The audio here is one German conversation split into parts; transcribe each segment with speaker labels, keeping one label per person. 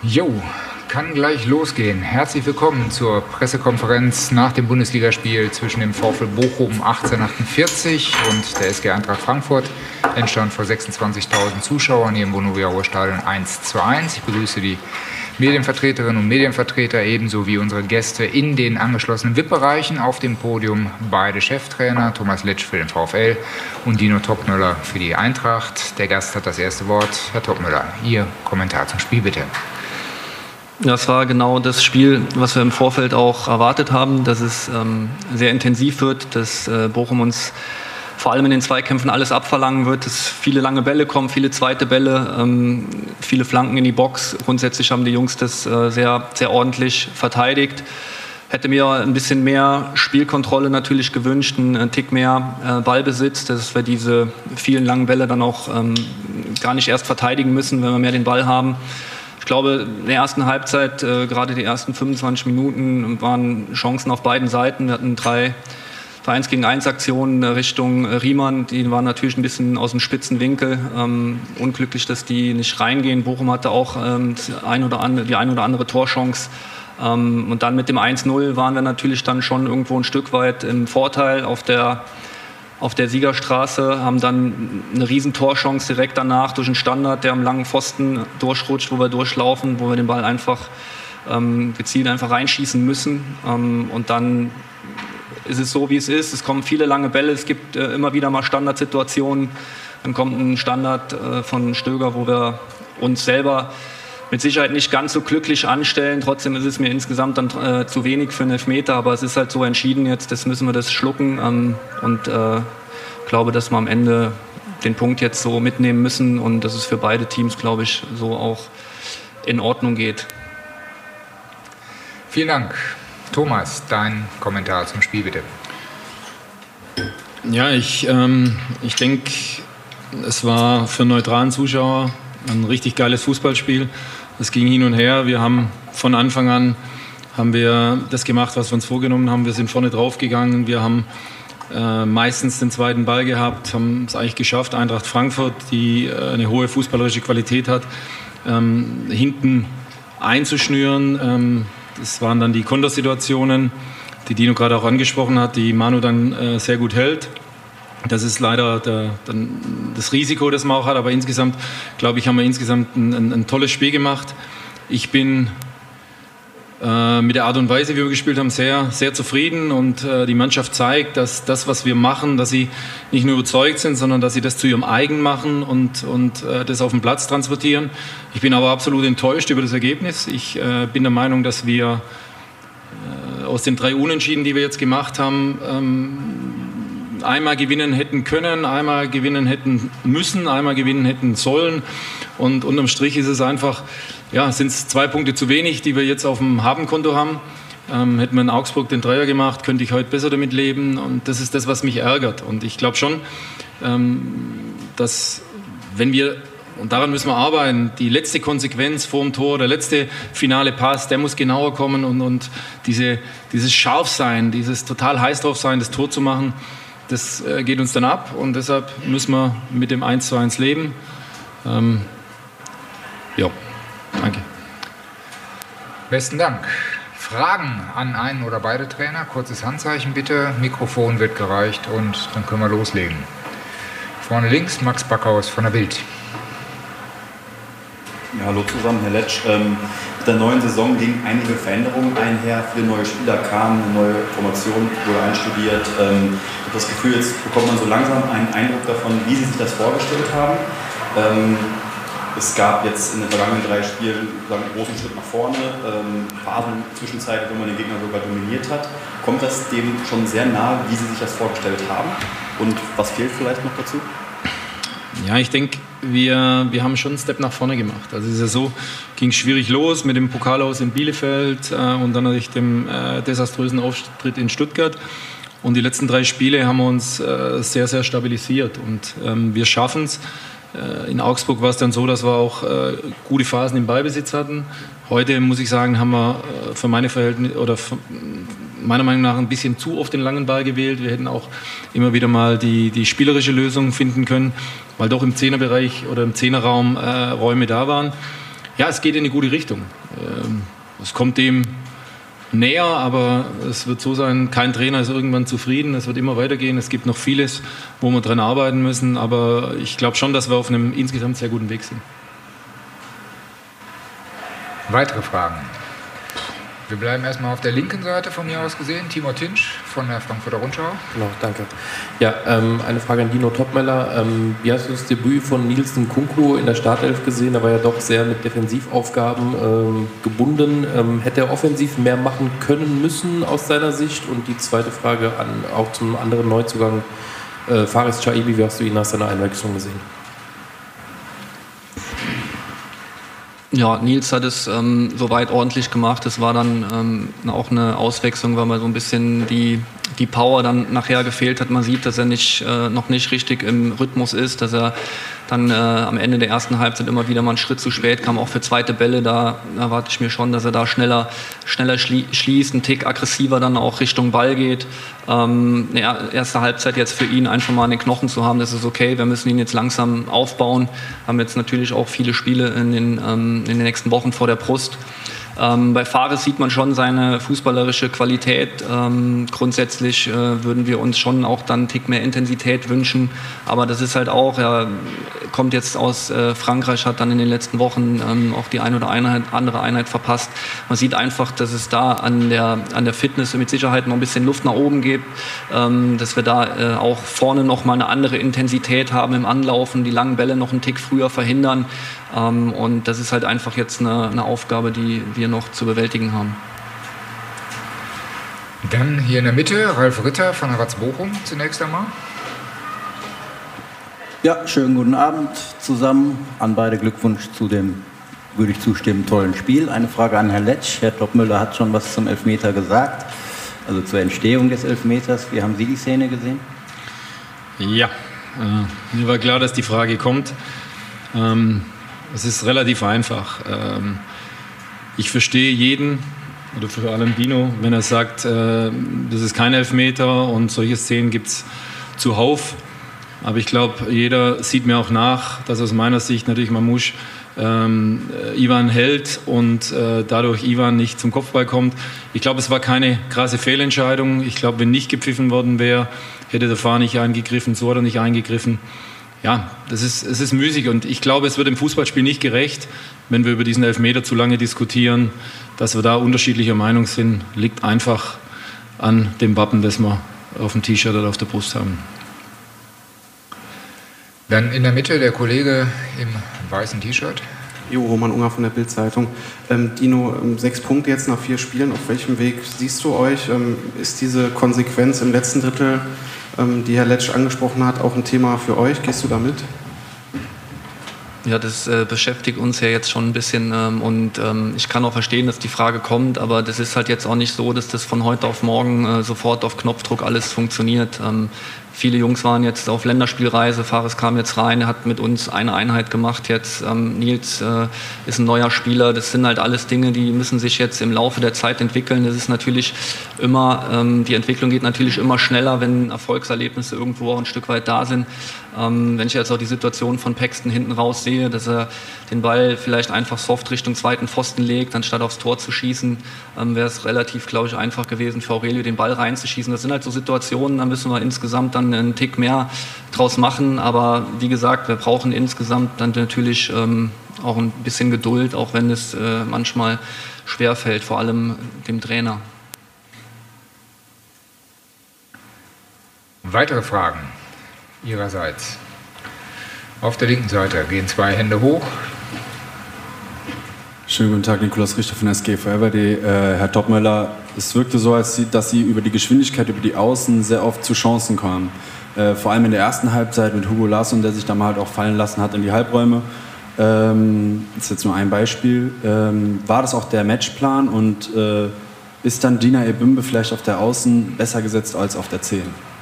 Speaker 1: Jo, kann gleich losgehen. Herzlich willkommen zur Pressekonferenz nach dem Bundesligaspiel zwischen dem VfL Bochum 1848 und der SG Eintracht Frankfurt. Endstand vor 26.000 Zuschauern hier im Vonovia Ruhrstadion 1:1. Ich begrüße die Medienvertreterinnen und Medienvertreter ebenso wie unsere Gäste in den angeschlossenen VIP-Bereichen. Auf dem Podium beide Cheftrainer, Thomas Letsch für den VfL und Dino Topmöller für die Eintracht. Der Gast hat das erste Wort. Herr Topmöller, Ihr Kommentar zum Spiel bitte.
Speaker 2: Das war genau das Spiel, was wir im Vorfeld auch erwartet haben, dass es sehr intensiv wird, dass Bochum uns vor allem in den Zweikämpfen alles abverlangen wird, dass viele lange Bälle kommen, viele zweite Bälle, viele Flanken in die Box. Grundsätzlich haben die Jungs das sehr, sehr ordentlich verteidigt. Hätte mir ein bisschen mehr Spielkontrolle natürlich gewünscht, einen Tick mehr Ballbesitz, dass wir diese vielen langen Bälle dann auch gar nicht erst verteidigen müssen, wenn wir mehr den Ball haben. Ich glaube, in der ersten Halbzeit, gerade die ersten 25 Minuten, waren Chancen auf beiden Seiten. Wir hatten 3 1-gegen-1 Aktionen Richtung Riemann. Die waren natürlich ein bisschen aus dem spitzen Winkel. Unglücklich, dass die nicht reingehen. Bochum hatte auch die ein oder andere Torchance. Und dann mit dem 1:0 waren wir natürlich dann schon irgendwo ein Stück weit im Vorteil auf der Siegerstraße, haben dann eine riesen Torchance direkt danach durch einen Standard, der am langen Pfosten durchrutscht, wo wir durchlaufen, wo wir den Ball einfach gezielt einfach reinschießen müssen. Und dann ist es so, wie es ist. Es kommen viele lange Bälle, es gibt immer wieder mal Standardsituationen. Dann kommt ein Standard von Stöger, wo wir uns selber mit Sicherheit nicht ganz so glücklich anstellen. Trotzdem ist es mir insgesamt dann zu wenig für einen Elfmeter, aber es ist halt so entschieden jetzt, das müssen wir das schlucken und glaube, dass wir am Ende den Punkt jetzt so mitnehmen müssen und dass es für beide Teams, glaube ich, so auch in Ordnung geht.
Speaker 1: Vielen Dank. Thomas, dein Kommentar zum Spiel bitte.
Speaker 3: Ja, ich denke, es war für einen neutralen Zuschauer ein richtig geiles Fußballspiel. Es ging hin und her. Wir haben von Anfang an das gemacht, was wir uns vorgenommen haben. Wir sind vorne drauf gegangen. Wir haben meistens den zweiten Ball gehabt, haben es eigentlich geschafft, Eintracht Frankfurt, die eine hohe fußballerische Qualität hat, hinten einzuschnüren. Das waren dann die Kontersituationen, die Dino gerade auch angesprochen hat, die Manu dann sehr gut hält. Das ist leider das Risiko, das man auch hat. Aber insgesamt, glaube ich, haben wir insgesamt ein tolles Spiel gemacht. Ich bin mit der Art und Weise, wie wir gespielt haben, sehr, sehr zufrieden. Und die Mannschaft zeigt, dass das, was wir machen, dass sie nicht nur überzeugt sind, sondern dass sie das zu ihrem eigen machen und das auf den Platz transportieren. Ich bin aber absolut enttäuscht über das Ergebnis. Ich bin der Meinung, dass wir aus den 3 Unentschieden, die wir jetzt gemacht haben, einmal gewinnen hätten können, einmal gewinnen hätten müssen, einmal gewinnen hätten sollen. Und unterm Strich ist es einfach, ja, sind es 2 Punkte zu wenig, die wir jetzt auf dem Habenkonto haben. Hätten wir in Augsburg den Dreier gemacht, könnte ich heute besser damit leben. Und das ist das, was mich ärgert. Und ich glaube schon, dass wenn wir, und daran müssen wir arbeiten, die letzte Konsequenz vor dem Tor, der letzte finale Pass, der muss genauer kommen und dieses Scharfsein, dieses total heiß drauf sein, das Tor zu machen, das geht uns dann ab und deshalb müssen wir mit dem 1:1 leben. Ja, danke.
Speaker 1: Besten Dank. Fragen an einen oder beide Trainer? Kurzes Handzeichen bitte. Mikrofon wird gereicht und dann können wir loslegen. Vorne links Max Backhaus von der Bild.
Speaker 4: Ja, hallo zusammen, Herr Letsch. Mit der neuen Saison gingen einige Veränderungen einher. Viele neue Spieler kamen, eine neue Formation wurde einstudiert. Ich habe das Gefühl, jetzt bekommt man so langsam einen Eindruck davon, wie Sie sich das vorgestellt haben. Es gab jetzt in den vergangenen 3 Spielen einen großen Schritt nach vorne, Phasen zwischenzeitlich, wo man den Gegner sogar dominiert hat. Kommt das dem schon sehr nahe, wie Sie sich das vorgestellt haben? Und was fehlt vielleicht noch dazu?
Speaker 3: Ja, ich denke, wir haben schon einen Step nach vorne gemacht. Also es ist ja so, ging schwierig los mit dem Pokal aus in Bielefeld und dann natürlich dem desaströsen Auftritt in Stuttgart. Und die letzten 3 Spiele haben wir uns sehr, sehr stabilisiert. Und wir schaffen es. In Augsburg war es dann so, dass wir auch gute Phasen im Ballbesitz hatten. Heute, muss ich sagen, haben wir für meine Verhältnisse oder meiner Meinung nach ein bisschen zu oft den langen Ball gewählt. Wir hätten auch immer wieder mal die spielerische Lösung finden können, weil doch im Zehnerbereich oder im Zehnerraum Räume da waren. ja, es geht in eine gute Richtung. Es kommt dem näher, aber es wird so sein, kein Trainer ist irgendwann zufrieden, es wird immer weitergehen, es gibt noch vieles, wo wir dran arbeiten müssen, aber ich glaube schon, dass wir auf einem insgesamt sehr guten Weg sind.
Speaker 1: Weitere Fragen? Wir bleiben erstmal auf der linken Seite von mir aus gesehen. Timur Tinsch von der Frankfurter Rundschau.
Speaker 5: Genau, danke. Ja, eine Frage an Dino Topmeller. Wie hast du das Debüt von Niels Nkounkou in der Startelf gesehen? Er war ja doch sehr mit Defensivaufgaben gebunden. Hätte er offensiv mehr machen können müssen aus seiner Sicht? Und die zweite Frage auch zum anderen Neuzugang, Faris Chaibi, wie hast du ihn nach seiner Einwechslung gesehen?
Speaker 2: Ja, Nils hat es soweit ordentlich gemacht. Es war dann auch eine Auswechslung, weil man so ein bisschen die Power dann nachher gefehlt hat. Man sieht, dass er noch nicht richtig im Rhythmus ist, dass er dann am Ende der ersten Halbzeit immer wieder mal einen Schritt zu spät kam, auch für zweite Bälle. Da erwarte ich mir schon, dass er da schneller schließt, einen Tick aggressiver dann auch Richtung Ball geht. Erste Halbzeit jetzt für ihn einfach mal an den Knochen zu haben, das ist okay. Wir müssen ihn jetzt langsam aufbauen. Haben jetzt natürlich auch viele Spiele in den nächsten Wochen vor der Brust. Bei Fares sieht man schon seine fußballerische Qualität. Grundsätzlich würden wir uns schon auch dann einen Tick mehr Intensität wünschen. Aber das ist halt auch, er kommt jetzt aus Frankreich, hat dann in den letzten Wochen auch die eine oder andere Einheit verpasst. Man sieht einfach, dass es da an der Fitness mit Sicherheit noch ein bisschen Luft nach oben gibt. Dass wir da auch vorne noch mal eine andere Intensität haben im Anlaufen, die langen Bälle noch einen Tick früher verhindern. Und das ist halt einfach jetzt eine Aufgabe, die wir noch zu bewältigen haben.
Speaker 1: Dann hier in der Mitte Ralf Ritter von der Watz Bochum zunächst einmal.
Speaker 6: Ja, schönen guten Abend zusammen. An beide Glückwunsch zu dem, würde ich zustimmen, tollen Spiel. Eine Frage an Herrn Letsch. Herr Topmöller hat schon was zum Elfmeter gesagt, also zur Entstehung des Elfmeters. Wie haben Sie die Szene gesehen?
Speaker 3: Ja, mir war klar, dass die Frage kommt. Es ist relativ einfach. Ich verstehe jeden, oder vor allem Dino, wenn er sagt, das ist kein Elfmeter und solche Szenen gibt es zuhauf. Aber ich glaube, jeder sieht mir auch nach, dass aus meiner Sicht natürlich Mamouche Ivan hält und dadurch Ivan nicht zum Kopfball kommt. Ich glaube, es war keine krasse Fehlentscheidung. Ich glaube, wenn nicht gepfiffen worden wäre, hätte der Fahr nicht eingegriffen, so hat er nicht eingegriffen. Ja, es ist müßig und ich glaube, es wird im Fußballspiel nicht gerecht, wenn wir über diesen Elfmeter zu lange diskutieren. Dass wir da unterschiedlicher Meinung sind, liegt einfach an dem Wappen, das wir auf dem T-Shirt oder auf der Brust haben.
Speaker 1: Dann in der Mitte der Kollege im weißen T-Shirt.
Speaker 7: Jo, Roman Unger von der Bild-Zeitung. Dino, 6 Punkte jetzt nach 4 Spielen. Auf welchem Weg siehst du euch? Ist diese Konsequenz im letzten Drittel, die Herr Letsch angesprochen hat, auch ein Thema für euch? Gehst du damit?
Speaker 2: Ja, das beschäftigt uns ja jetzt schon ein bisschen und ich kann auch verstehen, dass die Frage kommt, aber das ist halt jetzt auch nicht so, dass das von heute auf morgen sofort auf Knopfdruck alles funktioniert. Viele Jungs waren jetzt auf Länderspielreise, Fares kam jetzt rein, er hat mit uns eine Einheit gemacht jetzt. Nils ist ein neuer Spieler, das sind halt alles Dinge, die müssen sich jetzt im Laufe der Zeit entwickeln. Das ist natürlich immer, die Entwicklung geht natürlich immer schneller, wenn Erfolgserlebnisse irgendwo auch ein Stück weit da sind. Wenn ich jetzt auch die Situation von Paxton hinten raus sehe, dass er den Ball vielleicht einfach soft Richtung zweiten Pfosten legt, anstatt aufs Tor zu schießen, wäre es relativ, glaube ich, einfach gewesen für Aurelio, den Ball reinzuschießen. Das sind halt so Situationen, da müssen wir insgesamt dann einen Tick mehr draus machen. Aber wie gesagt, wir brauchen insgesamt dann natürlich auch ein bisschen Geduld, auch wenn es manchmal schwerfällt, vor allem dem Trainer.
Speaker 1: Weitere Fragen Ihrerseits? Auf der linken Seite gehen 2 Hände hoch.
Speaker 8: Schönen guten Tag, Nikolaus Richter von SG Forever.de. Herr Topmöller, es wirkte so, dass Sie über die Geschwindigkeit, über die Außen sehr oft zu Chancen kamen. Vor allem in der ersten Halbzeit mit Hugo Larsson, der sich da mal halt auch fallen lassen hat in die Halbräume. Das ist jetzt nur ein Beispiel. War das auch der Matchplan und ist dann Dina Ebimbe vielleicht auf der Außen besser gesetzt als auf der 10?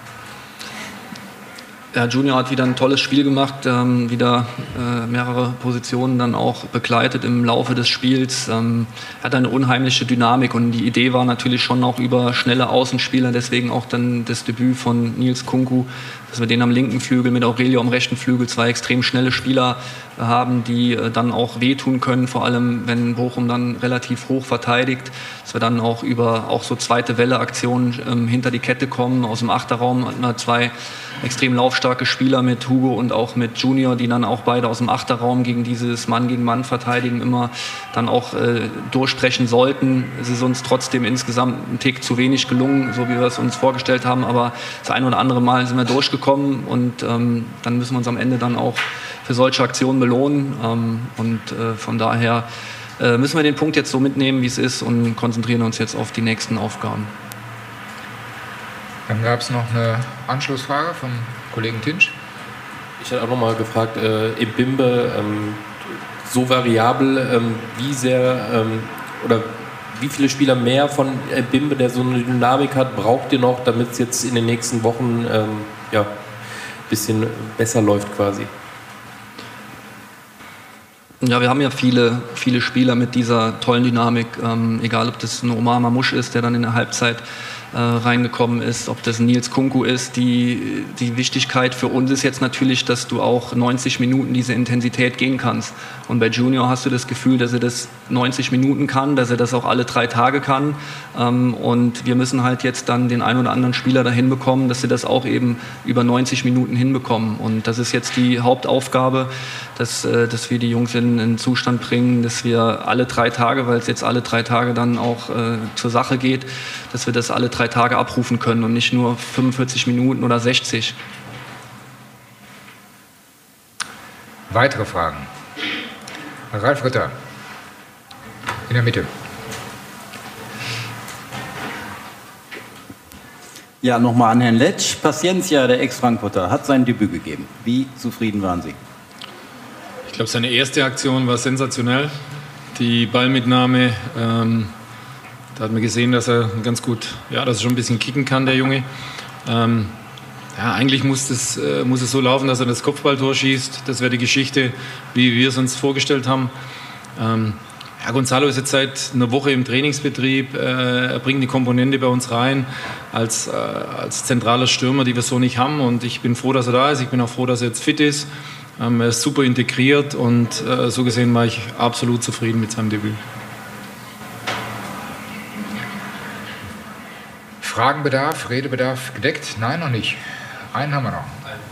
Speaker 2: Ja, Junior hat wieder ein tolles Spiel gemacht, wieder mehrere Positionen dann auch begleitet im Laufe des Spiels. Hat eine unheimliche Dynamik und die Idee war natürlich schon auch über schnelle Außenspieler, deswegen auch dann das Debüt von Niels Nkounkou, dass wir den am linken Flügel mit Aurelio am rechten Flügel, 2 extrem schnelle Spieler haben, die dann auch wehtun können, vor allem wenn Bochum dann relativ hoch verteidigt, dass wir dann auch über auch so zweite Welle-Aktionen hinter die Kette kommen. Aus dem Achterraum hatten wir 2 extrem laufstarke Spieler mit Hugo und auch mit Junior, die dann auch beide aus dem Achterraum gegen dieses Mann-gegen-Mann-Verteidigen immer dann auch durchbrechen sollten. Es ist uns trotzdem insgesamt ein Tick zu wenig gelungen, so wie wir es uns vorgestellt haben, aber das ein oder andere Mal sind wir durchgekommen und dann müssen wir uns am Ende dann auch für solche Aktionen belohnen von daher müssen wir den Punkt jetzt so mitnehmen, wie es ist und konzentrieren uns jetzt auf die nächsten Aufgaben.
Speaker 1: Dann gab es noch eine Anschlussfrage vom Kollegen Tinsch.
Speaker 5: Ich hatte auch noch mal gefragt, Ebimbe, so variabel, wie sehr oder wie viele Spieler mehr von Ebimbe, der so eine Dynamik hat, braucht ihr noch, damit es jetzt in den nächsten Wochen ein bisschen besser läuft quasi?
Speaker 2: Ja, wir haben ja viele Spieler mit dieser tollen Dynamik, egal ob das ein Omar Mamouche ist, der dann in der Halbzeit reingekommen ist, ob das Nils Kunku ist. Die Wichtigkeit für uns ist jetzt natürlich, dass du auch 90 Minuten diese Intensität gehen kannst. Und bei Junior hast du das Gefühl, dass er das 90 Minuten kann, dass er das auch alle 3 Tage kann. Und wir müssen halt jetzt dann den einen oder anderen Spieler dahin bekommen, dass sie das auch eben über 90 Minuten hinbekommen. Und das ist jetzt die Hauptaufgabe, dass wir die Jungs in einen Zustand bringen, dass wir alle 3 Tage, weil es jetzt alle 3 Tage dann auch zur Sache geht, dass wir das alle 3 Tage abrufen können und nicht nur 45 Minuten oder 60.
Speaker 1: Weitere Fragen? Ralf Ritter, in der Mitte.
Speaker 6: Ja, nochmal an Herrn Letsch. Paciencia, der Ex-Frankfurter, hat sein Debüt gegeben. Wie zufrieden waren Sie?
Speaker 3: Ich glaube, seine erste Aktion war sensationell. Die Ballmitnahme, da hat man gesehen, dass er ganz gut, dass er schon ein bisschen kicken kann, der Junge. Eigentlich muss es so laufen, dass er das Kopfballtor schießt. Das wäre die Geschichte, wie wir es uns vorgestellt haben. Gonzalo ist jetzt seit einer Woche im Trainingsbetrieb. Er bringt eine Komponente bei uns rein als zentraler Stürmer, die wir so nicht haben. Und ich bin froh, dass er da ist. Ich bin auch froh, dass er jetzt fit ist. Er ist super integriert und so gesehen war ich absolut zufrieden mit seinem Debüt.
Speaker 1: Fragenbedarf, Redebedarf gedeckt? Nein, noch nicht. Einen haben wir noch.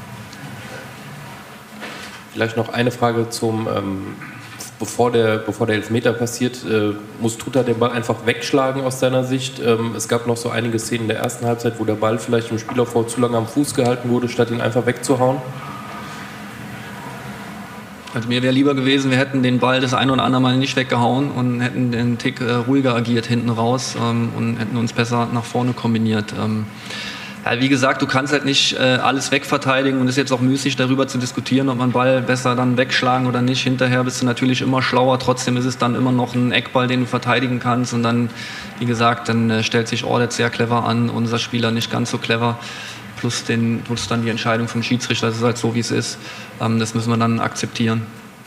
Speaker 5: Vielleicht noch eine Frage zum, bevor der Elfmeter passiert, muss Tuta den Ball einfach wegschlagen aus seiner Sicht. Es gab noch so einige Szenen in der ersten Halbzeit, wo der Ball vielleicht im Spielaufbau zu lange am Fuß gehalten wurde, statt ihn einfach wegzuhauen.
Speaker 2: Also mir wäre lieber gewesen, wir hätten den Ball das ein oder andere Mal nicht weggehauen und hätten den Tick ruhiger agiert hinten raus und hätten uns besser nach vorne kombiniert. Wie gesagt, du kannst halt nicht alles wegverteidigen und es ist jetzt auch müßig, darüber zu diskutieren, ob man Ball besser dann wegschlagen oder nicht. Hinterher bist du natürlich immer schlauer, trotzdem ist es dann immer noch ein Eckball, den du verteidigen kannst und dann, wie gesagt, dann stellt sich Orlet sehr clever an, unser Spieler nicht ganz so clever. Plus dann die Entscheidung vom Schiedsrichter, das ist halt so, wie es ist. Das müssen wir dann akzeptieren.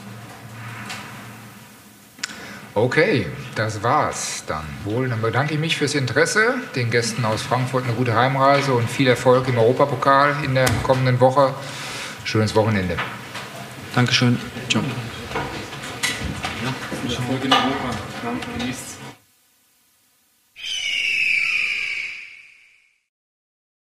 Speaker 1: Okay, das war's dann wohl. Dann bedanke ich mich fürs Interesse, den Gästen aus Frankfurt eine gute Heimreise und viel Erfolg im Europapokal in der kommenden Woche. Schönes Wochenende.
Speaker 2: Dankeschön.
Speaker 3: Ciao. Erfolg in Europa. Genießt's.